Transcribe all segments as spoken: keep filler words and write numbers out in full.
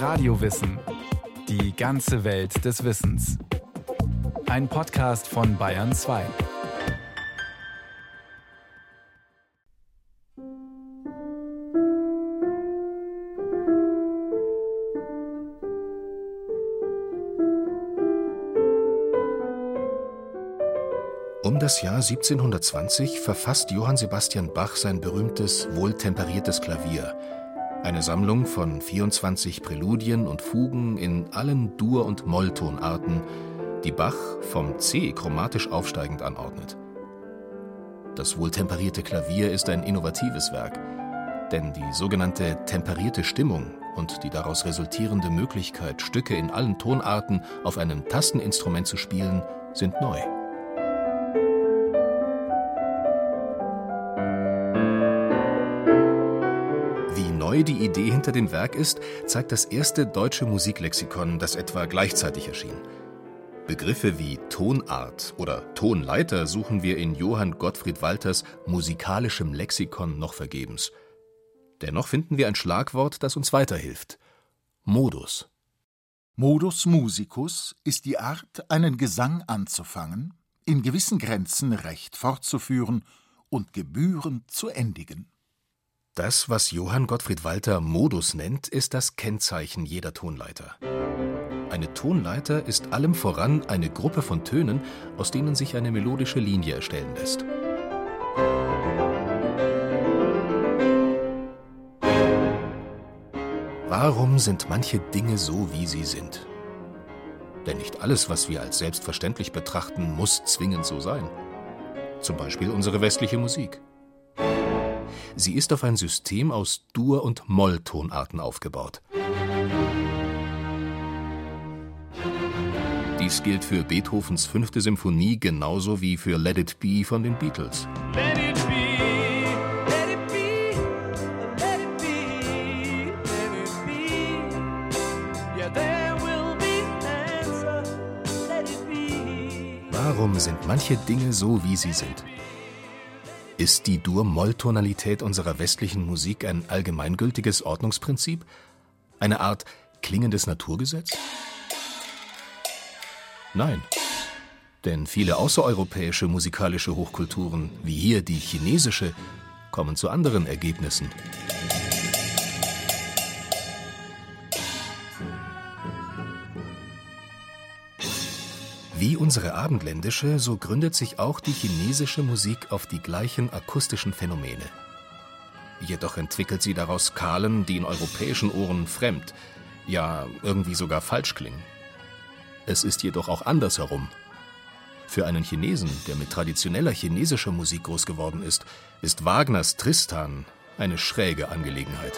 Radiowissen. Die ganze Welt des Wissens. Ein Podcast von Bayern zwei. Um das Jahr siebzehnhundertzwanzig verfasst Johann Sebastian Bach sein berühmtes Wohltemperiertes Klavier, eine Sammlung von vierundzwanzig Präludien und Fugen in allen Dur- und Molltonarten, die Bach vom C chromatisch aufsteigend anordnet. Das Wohltemperierte Klavier ist ein innovatives Werk, denn die sogenannte temperierte Stimmung und die daraus resultierende Möglichkeit, Stücke in allen Tonarten auf einem Tasteninstrument zu spielen, sind neu. Wie die Idee hinter dem Werk ist, zeigt das erste deutsche Musiklexikon, das etwa gleichzeitig erschien. Begriffe wie Tonart oder Tonleiter suchen wir in Johann Gottfried Walthers musikalischem Lexikon noch vergebens. Dennoch finden wir ein Schlagwort, das uns weiterhilft: Modus. Modus musicus ist die Art, einen Gesang anzufangen, in gewissen Grenzen recht fortzuführen und gebührend zu endigen. Das, was Johann Gottfried Walther Modus nennt, ist das Kennzeichen jeder Tonleiter. Eine Tonleiter ist allem voran eine Gruppe von Tönen, aus denen sich eine melodische Linie erstellen lässt. Warum sind manche Dinge so, wie sie sind? Denn nicht alles, was wir als selbstverständlich betrachten, muss zwingend so sein. Zum Beispiel unsere westliche Musik. Sie ist auf ein System aus Dur- und Molltonarten aufgebaut. Dies gilt für Beethovens fünfte Symphonie genauso wie für Let It Be von den Beatles. Let it be, let it be, let it be, let it be. Yeah, there will be an answer. Let it be. Warum sind manche Dinge so, wie sie sind? Ist die Dur-Moll-Tonalität unserer westlichen Musik ein allgemeingültiges Ordnungsprinzip? Eine Art klingendes Naturgesetz? Nein, denn viele außereuropäische musikalische Hochkulturen, wie hier die chinesische, kommen zu anderen Ergebnissen. Wie unsere abendländische, so gründet sich auch die chinesische Musik auf die gleichen akustischen Phänomene. Jedoch entwickelt sie daraus Skalen, die in europäischen Ohren fremd, ja irgendwie sogar falsch klingen. Es ist jedoch auch andersherum. Für einen Chinesen, der mit traditioneller chinesischer Musik groß geworden ist, ist Wagners Tristan eine schräge Angelegenheit.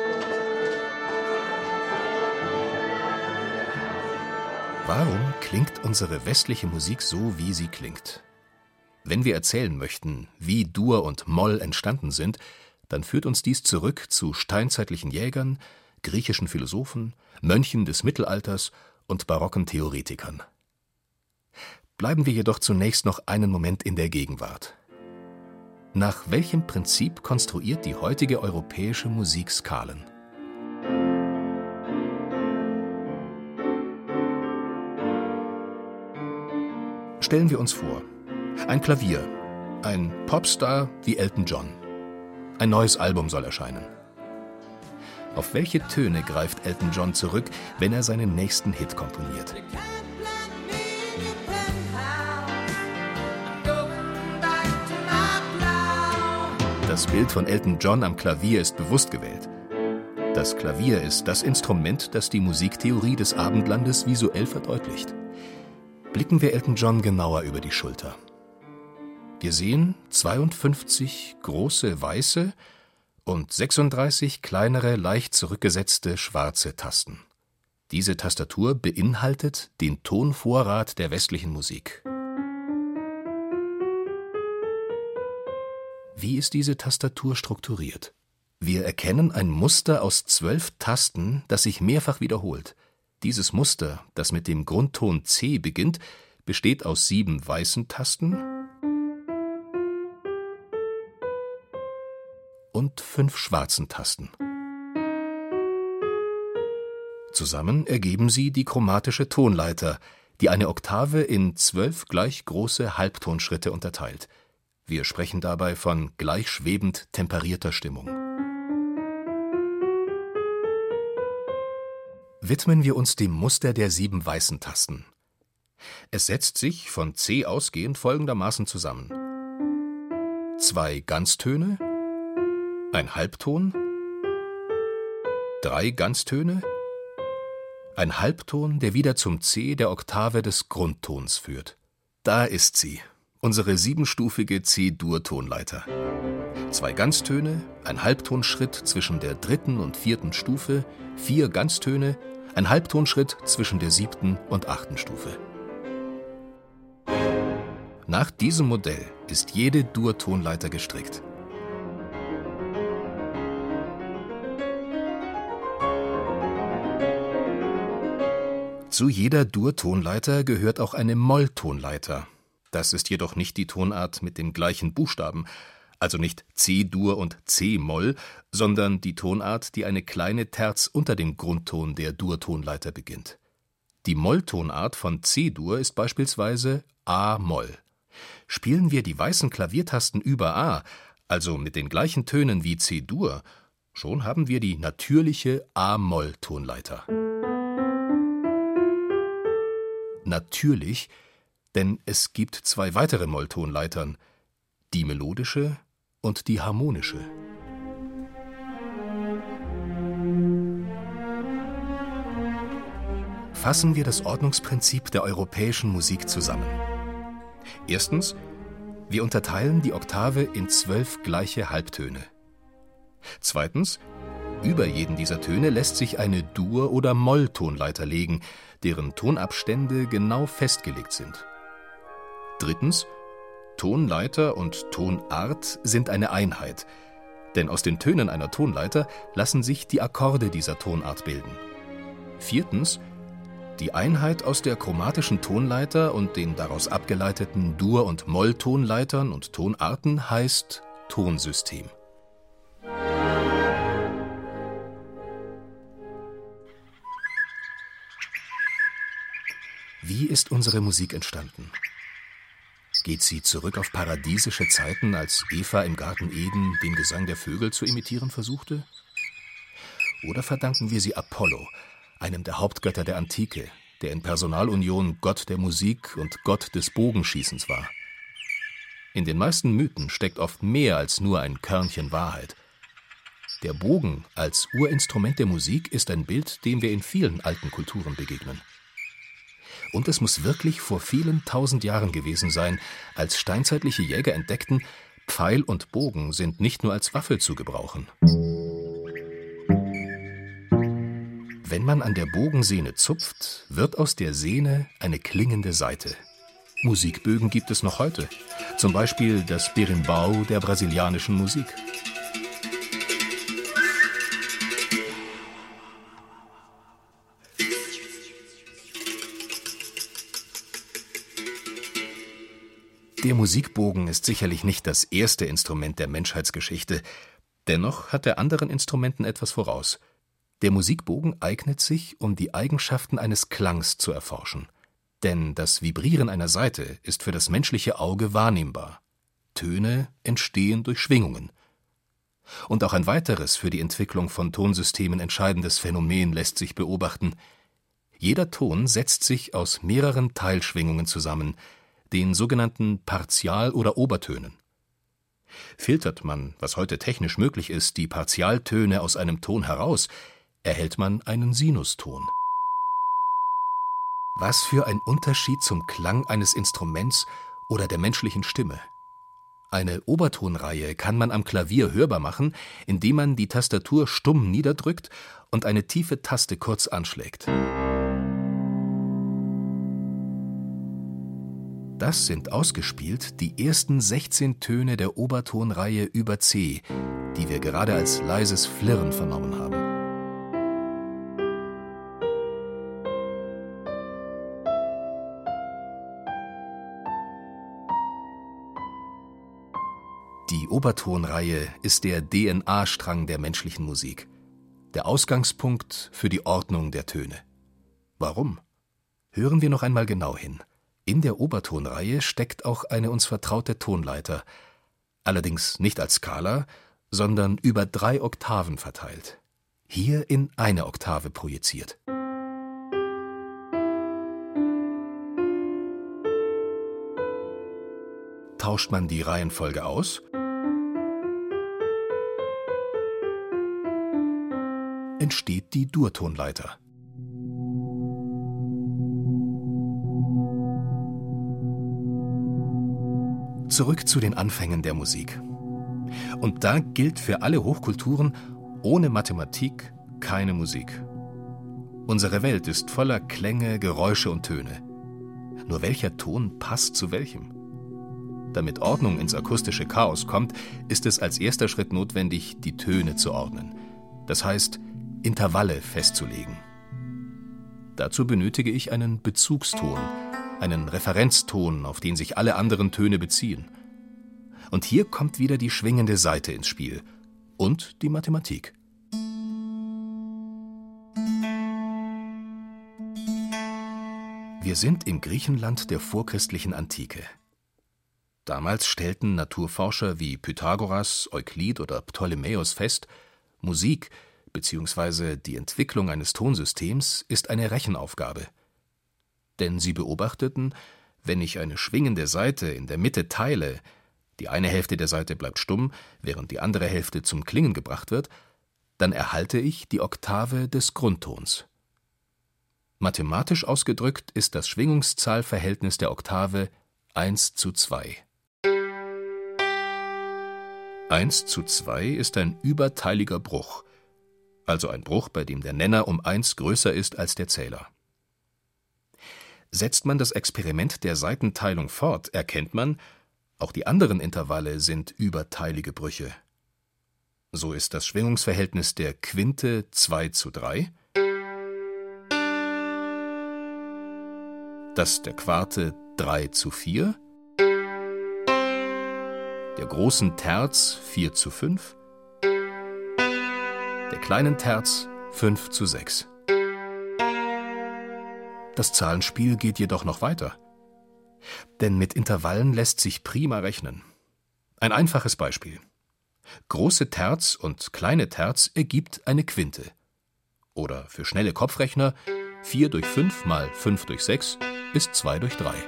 Warum klingt unsere westliche Musik so, wie sie klingt? Wenn wir erzählen möchten, wie Dur und Moll entstanden sind, dann führt uns dies zurück zu steinzeitlichen Jägern, griechischen Philosophen, Mönchen des Mittelalters und barocken Theoretikern. Bleiben wir jedoch zunächst noch einen Moment in der Gegenwart. Nach welchem Prinzip konstruiert die heutige europäische Musik Skalen? Stellen wir uns vor, ein Klavier, ein Popstar wie Elton John. Ein neues Album soll erscheinen. Auf welche Töne greift Elton John zurück, wenn er seinen nächsten Hit komponiert? Das Bild von Elton John am Klavier ist bewusst gewählt. Das Klavier ist das Instrument, das die Musiktheorie des Abendlandes visuell verdeutlicht. Blicken wir Elton John genauer über die Schulter. Wir sehen zweiundfünfzig große weiße und sechsunddreißig kleinere, leicht zurückgesetzte schwarze Tasten. Diese Tastatur beinhaltet den Tonvorrat der westlichen Musik. Wie ist diese Tastatur strukturiert? Wir erkennen ein Muster aus zwölf Tasten, das sich mehrfach wiederholt. Dieses Muster, das mit dem Grundton C beginnt, besteht aus sieben weißen Tasten und fünf schwarzen Tasten. Zusammen ergeben sie die chromatische Tonleiter, die eine Oktave in zwölf gleich große Halbtonschritte unterteilt. Wir sprechen dabei von gleichschwebend temperierter Stimmung. Widmen wir uns dem Muster der sieben weißen Tasten. Es setzt sich von C ausgehend folgendermaßen zusammen: zwei Ganztöne, ein Halbton, drei Ganztöne, ein Halbton, der wieder zum C der Oktave des Grundtons führt. Da ist sie, unsere siebenstufige C-Dur-Tonleiter. Zwei Ganztöne, ein Halbtonschritt zwischen der dritten und vierten Stufe, vier Ganztöne, ein Halbtonschritt zwischen der siebten und achten Stufe. Nach diesem Modell ist jede Dur-Tonleiter gestrickt. Zu jeder Dur-Tonleiter gehört auch eine Molltonleiter. Das ist jedoch nicht die Tonart mit den gleichen Buchstaben, also nicht C-Dur und C-Moll, sondern die Tonart, die eine kleine Terz unter dem Grundton der Dur-Tonleiter beginnt. Die Molltonart von C-Dur ist beispielsweise A-Moll. Spielen wir die weißen Klaviertasten über A, also mit den gleichen Tönen wie C-Dur, schon haben wir die natürliche A-Moll-Tonleiter. Natürlich, denn es gibt zwei weitere Molltonleitern, die melodische und die harmonische. Fassen wir das Ordnungsprinzip der europäischen Musik zusammen. Erstens, wir unterteilen die Oktave in zwölf gleiche Halbtöne. Zweitens, über jeden dieser Töne lässt sich eine Dur- oder Molltonleiter legen, deren Tonabstände genau festgelegt sind. Drittens, Tonleiter und Tonart sind eine Einheit, denn aus den Tönen einer Tonleiter lassen sich die Akkorde dieser Tonart bilden. Viertens, die Einheit aus der chromatischen Tonleiter und den daraus abgeleiteten Dur- und Molltonleitern und Tonarten heißt Tonsystem. Wie ist unsere Musik entstanden? Geht sie zurück auf paradiesische Zeiten, als Eva im Garten Eden den Gesang der Vögel zu imitieren versuchte? Oder verdanken wir sie Apollo, einem der Hauptgötter der Antike, der in Personalunion Gott der Musik und Gott des Bogenschießens war? In den meisten Mythen steckt oft mehr als nur ein Körnchen Wahrheit. Der Bogen als Urinstrument der Musik ist ein Bild, dem wir in vielen alten Kulturen begegnen. Und es muss wirklich vor vielen tausend Jahren gewesen sein, als steinzeitliche Jäger entdeckten, Pfeil und Bogen sind nicht nur als Waffe zu gebrauchen. Wenn man an der Bogensehne zupft, wird aus der Sehne eine klingende Saite. Musikbögen gibt es noch heute, zum Beispiel das Berimbau der brasilianischen Musik. Der Musikbogen ist sicherlich nicht das erste Instrument der Menschheitsgeschichte. Dennoch hat er anderen Instrumenten etwas voraus. Der Musikbogen eignet sich, um die Eigenschaften eines Klangs zu erforschen. Denn das Vibrieren einer Saite ist für das menschliche Auge wahrnehmbar. Töne entstehen durch Schwingungen. Und auch ein weiteres für die Entwicklung von Tonsystemen entscheidendes Phänomen lässt sich beobachten. Jeder Ton setzt sich aus mehreren Teilschwingungen zusammen, den sogenannten Partial- oder Obertönen. Filtert man, was heute technisch möglich ist, die Partialtöne aus einem Ton heraus, erhält man einen Sinuston. Was für ein Unterschied zum Klang eines Instruments oder der menschlichen Stimme. Eine Obertonreihe kann man am Klavier hörbar machen, indem man die Tastatur stumm niederdrückt und eine tiefe Taste kurz anschlägt. Das sind ausgespielt die ersten sechzehn Töne der Obertonreihe über C, die wir gerade als leises Flirren vernommen haben. Die Obertonreihe ist der D N A-Strang der menschlichen Musik. der Ausgangspunkt für die Ordnung der Töne. Warum? Hören wir noch einmal genau hin. In der Obertonreihe steckt auch eine uns vertraute Tonleiter, allerdings nicht als Skala, sondern über drei Oktaven verteilt, hier in eine Oktave projiziert. Tauscht man die Reihenfolge aus, entsteht die Durtonleiter. Zurück zu den Anfängen der Musik. Und da gilt für alle Hochkulturen: ohne Mathematik keine Musik. Unsere Welt ist voller Klänge, Geräusche und Töne. Nur welcher Ton passt zu welchem? Damit Ordnung ins akustische Chaos kommt, ist es als erster Schritt notwendig, die Töne zu ordnen. Das heißt, Intervalle festzulegen. Dazu benötige ich einen Bezugston, einen Referenzton, auf den sich alle anderen Töne beziehen. Und hier kommt wieder die schwingende Saite ins Spiel und die Mathematik. Wir sind im Griechenland der vorchristlichen Antike. Damals stellten Naturforscher wie Pythagoras, Euklid oder Ptolemäus fest: Musik bzw. die Entwicklung eines Tonsystems ist eine Rechenaufgabe. Denn sie beobachteten, wenn ich eine schwingende Saite in der Mitte teile, die eine Hälfte der Saite bleibt stumm, während die andere Hälfte zum Klingen gebracht wird, dann erhalte ich die Oktave des Grundtons. Mathematisch ausgedrückt ist das Schwingungszahlverhältnis der Oktave eins zu zwei. eins zu zwei ist ein überteiliger Bruch, also ein Bruch, bei dem der Nenner um eins größer ist als der Zähler. Setzt man das Experiment der Saitenteilung fort, erkennt man, auch die anderen Intervalle sind überteilige Brüche. So ist das Schwingungsverhältnis der Quinte zwei zu drei, das der Quarte drei zu vier, der großen Terz vier zu fünf, der kleinen Terz fünf zu sechs. Das Zahlenspiel geht jedoch noch weiter. Denn mit Intervallen lässt sich prima rechnen. Ein einfaches Beispiel. Große Terz und kleine Terz ergibt eine Quinte. Oder für schnelle Kopfrechner: vier durch fünf mal fünf durch sechs ist zwei durch drei.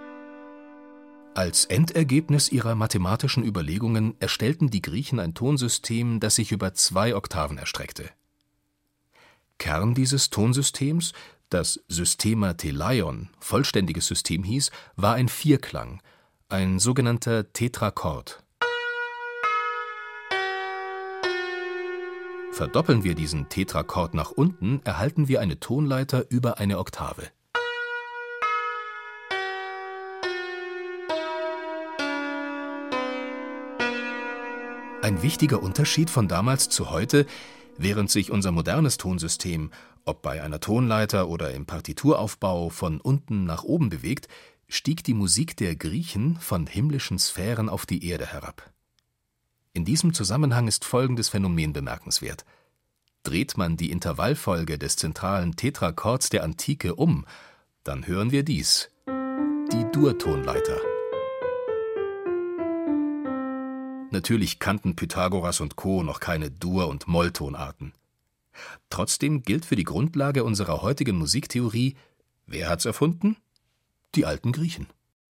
Als Endergebnis ihrer mathematischen Überlegungen erstellten die Griechen ein Tonsystem, das sich über zwei Oktaven erstreckte. Kern dieses Tonsystems, das Systema Teleion, vollständiges System hieß, war ein Vierklang, ein sogenannter Tetrachord. Verdoppeln wir diesen Tetrachord nach unten, erhalten wir eine Tonleiter über eine Oktave. Ein wichtiger Unterschied von damals zu heute: während sich unser modernes Tonsystem, ob bei einer Tonleiter oder im Partituraufbau, von unten nach oben bewegt, stieg die Musik der Griechen von himmlischen Sphären auf die Erde herab. In diesem Zusammenhang ist folgendes Phänomen bemerkenswert: Dreht man die Intervallfolge des zentralen Tetrachords der Antike um, dann hören wir dies: die Durtonleiter. Natürlich kannten Pythagoras und Co. noch keine Dur- und Molltonarten. Trotzdem gilt für die Grundlage unserer heutigen Musiktheorie: Wer hat's erfunden? Die alten Griechen.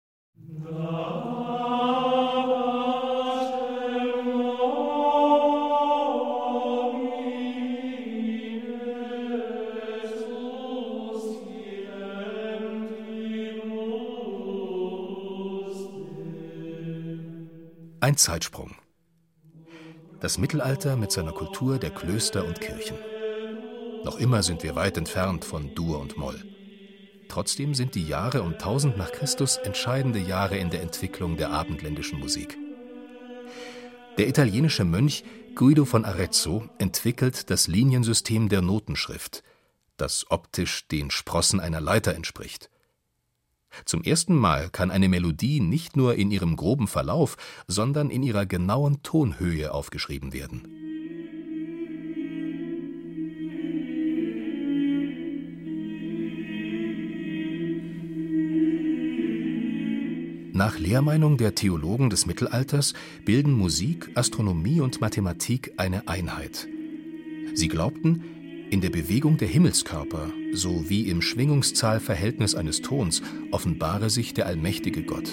Ein Zeitsprung. Das Mittelalter mit seiner Kultur der Klöster und Kirchen. Noch immer sind wir weit entfernt von Dur und Moll. Trotzdem sind die Jahre um tausend nach Christus entscheidende Jahre in der Entwicklung der abendländischen Musik. Der italienische Mönch Guido von Arezzo entwickelt das Liniensystem der Notenschrift, das optisch den Sprossen einer Leiter entspricht. Zum ersten Mal kann eine Melodie nicht nur in ihrem groben Verlauf, sondern in ihrer genauen Tonhöhe aufgeschrieben werden. Nach Lehrmeinung der Theologen des Mittelalters bilden Musik, Astronomie und Mathematik eine Einheit. Sie glaubten, in der Bewegung der Himmelskörper sowie im Schwingungszahlverhältnis eines Tons offenbare sich der allmächtige Gott.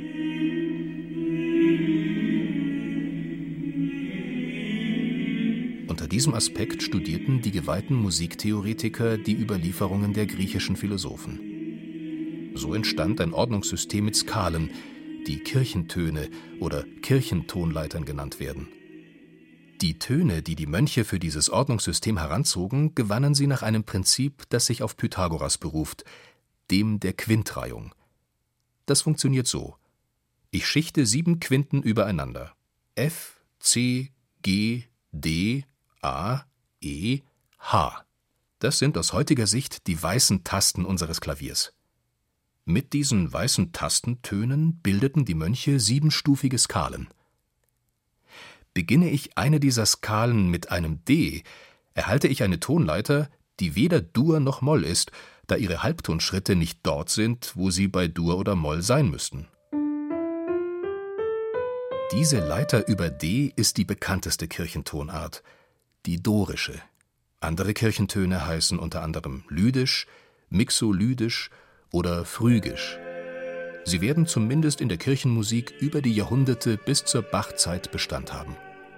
Unter diesem Aspekt studierten die geweihten Musiktheoretiker die Überlieferungen der griechischen Philosophen. So entstand ein Ordnungssystem mit Skalen, die Kirchentöne oder Kirchentonleitern genannt werden. Die Töne, die die Mönche für dieses Ordnungssystem heranzogen, gewannen sie nach einem Prinzip, das sich auf Pythagoras beruft, dem der Quintreihung. Das funktioniert so: Ich schichte sieben Quinten übereinander. F, C, G, D, A, E, H. Das sind aus heutiger Sicht die weißen Tasten unseres Klaviers. Mit diesen weißen Tastentönen bildeten die Mönche siebenstufige Skalen. Beginne ich eine dieser Skalen mit einem D, erhalte ich eine Tonleiter, die weder Dur noch Moll ist, da ihre Halbtonschritte nicht dort sind, wo sie bei Dur oder Moll sein müssten. Diese Leiter über D ist die bekannteste Kirchentonart, die dorische. Andere Kirchentöne heißen unter anderem lydisch, mixolydisch oder phrygisch. Sie werden zumindest in der Kirchenmusik über die Jahrhunderte bis zur Bachzeit Bestand haben.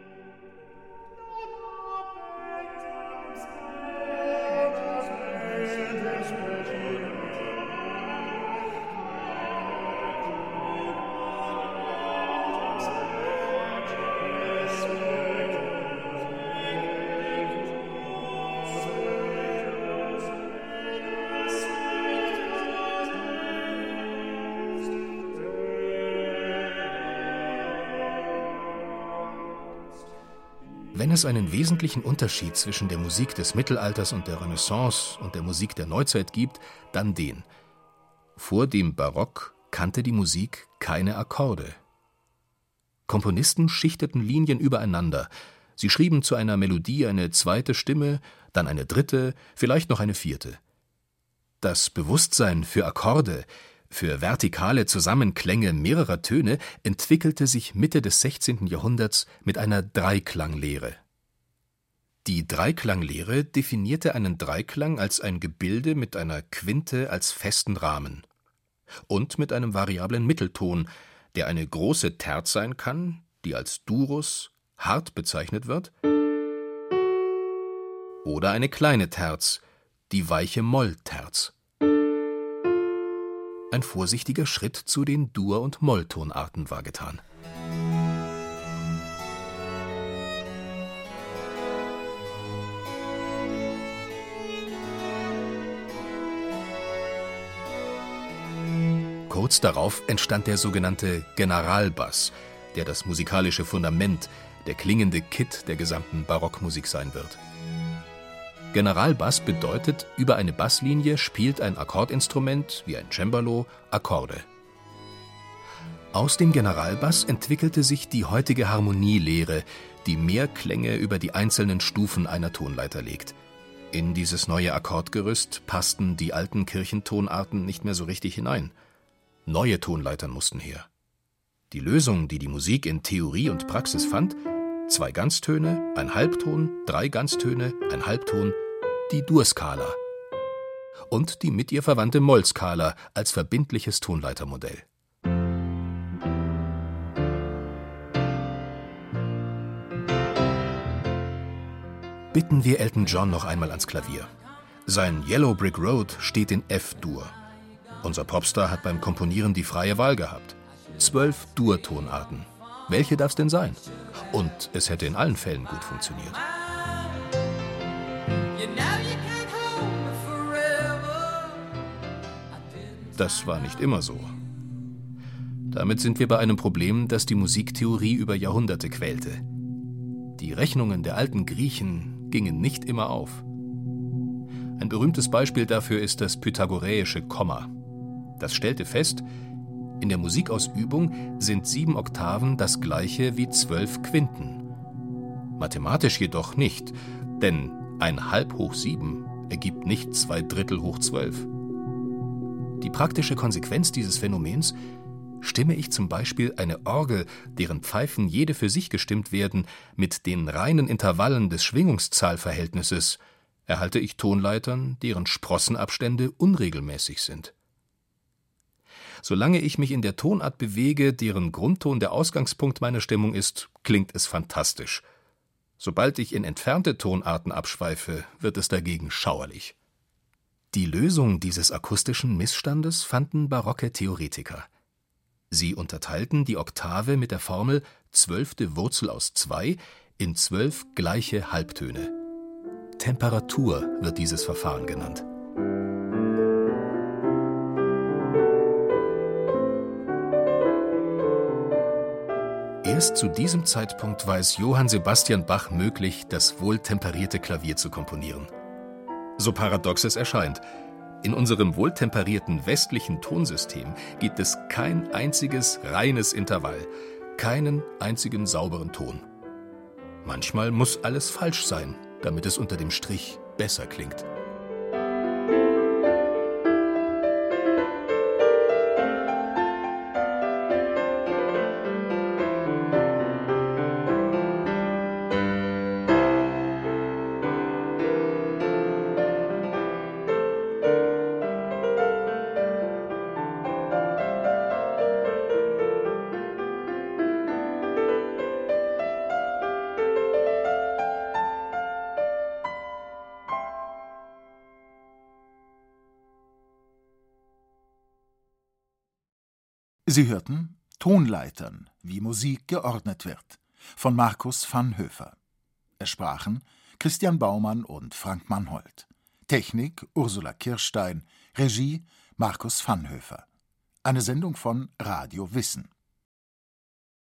Wenn es einen wesentlichen Unterschied zwischen der Musik des Mittelalters und der Renaissance und der Musik der Neuzeit gibt, dann den: Vor dem Barock kannte die Musik keine Akkorde. Komponisten schichteten Linien übereinander. Sie schrieben zu einer Melodie eine zweite Stimme, dann eine dritte, vielleicht noch eine vierte. Das Bewusstsein für Akkorde, für vertikale Zusammenklänge mehrerer Töne entwickelte sich Mitte des sechzehnten Jahrhunderts mit einer Dreiklanglehre. Die Dreiklanglehre definierte einen Dreiklang als ein Gebilde mit einer Quinte als festen Rahmen und mit einem variablen Mittelton, der eine große Terz sein kann, die als Durus, hart bezeichnet wird, oder eine kleine Terz, die weiche Mollterz. Ein vorsichtiger Schritt zu den Dur- und Molltonarten war getan. Kurz darauf entstand der sogenannte Generalbass, der das musikalische Fundament, der klingende Kitt der gesamten Barockmusik sein wird. Generalbass bedeutet, über eine Basslinie spielt ein Akkordinstrument, wie ein Cembalo, Akkorde. Aus dem Generalbass entwickelte sich die heutige Harmonielehre, die mehr Klänge über die einzelnen Stufen einer Tonleiter legt. In dieses neue Akkordgerüst passten die alten Kirchentonarten nicht mehr so richtig hinein. Neue Tonleitern mussten her. Die Lösung, die die Musik in Theorie und Praxis fand: zwei Ganztöne, ein Halbton, drei Ganztöne, ein Halbton, die Dur-Skala und die mit ihr verwandte Moll-Skala als verbindliches Tonleitermodell. Bitten wir Elton John noch einmal ans Klavier. Sein Yellow Brick Road steht in F-Dur. Unser Popstar hat beim Komponieren die freie Wahl gehabt. Zwölf Dur-Tonarten. Welche darf's denn sein? Und es hätte in allen Fällen gut funktioniert. Das war nicht immer so. Damit sind wir bei einem Problem, das die Musiktheorie über Jahrhunderte quälte. Die Rechnungen der alten Griechen gingen nicht immer auf. Ein berühmtes Beispiel dafür ist das pythagoräische Komma. Das stellte fest: In der Musikausübung sind sieben Oktaven das gleiche wie zwölf Quinten. Mathematisch jedoch nicht, denn ein Halb hoch sieben ergibt nicht zwei Drittel hoch zwölf. Die praktische Konsequenz dieses Phänomens: Stimme ich zum Beispiel eine Orgel, deren Pfeifen jede für sich gestimmt werden, mit den reinen Intervallen des Schwingungszahlverhältnisses, erhalte ich Tonleitern, deren Sprossenabstände unregelmäßig sind. Solange ich mich in der Tonart bewege, deren Grundton der Ausgangspunkt meiner Stimmung ist, klingt es fantastisch. Sobald ich in entfernte Tonarten abschweife, wird es dagegen schauerlich. Die Lösung dieses akustischen Missstandes fanden barocke Theoretiker. Sie unterteilten die Oktave mit der Formel zwölfte Wurzel aus zwei in zwölf gleiche Halbtöne. Temperatur wird dieses Verfahren genannt. Erst zu diesem Zeitpunkt war es Johann Sebastian Bach möglich, das wohltemperierte Klavier zu komponieren. So paradox es erscheint, in unserem wohltemperierten westlichen Tonsystem gibt es kein einziges reines Intervall, keinen einzigen sauberen Ton. Manchmal muss alles falsch sein, damit es unter dem Strich besser klingt. Sie hörten Tonleitern, wie Musik geordnet wird, von Markus Vanhoefer. Es sprachen Christian Baumann und Frank Mannhold. Technik Ursula Kirstein, Regie Markus Vanhoefer. Eine Sendung von Radio Wissen.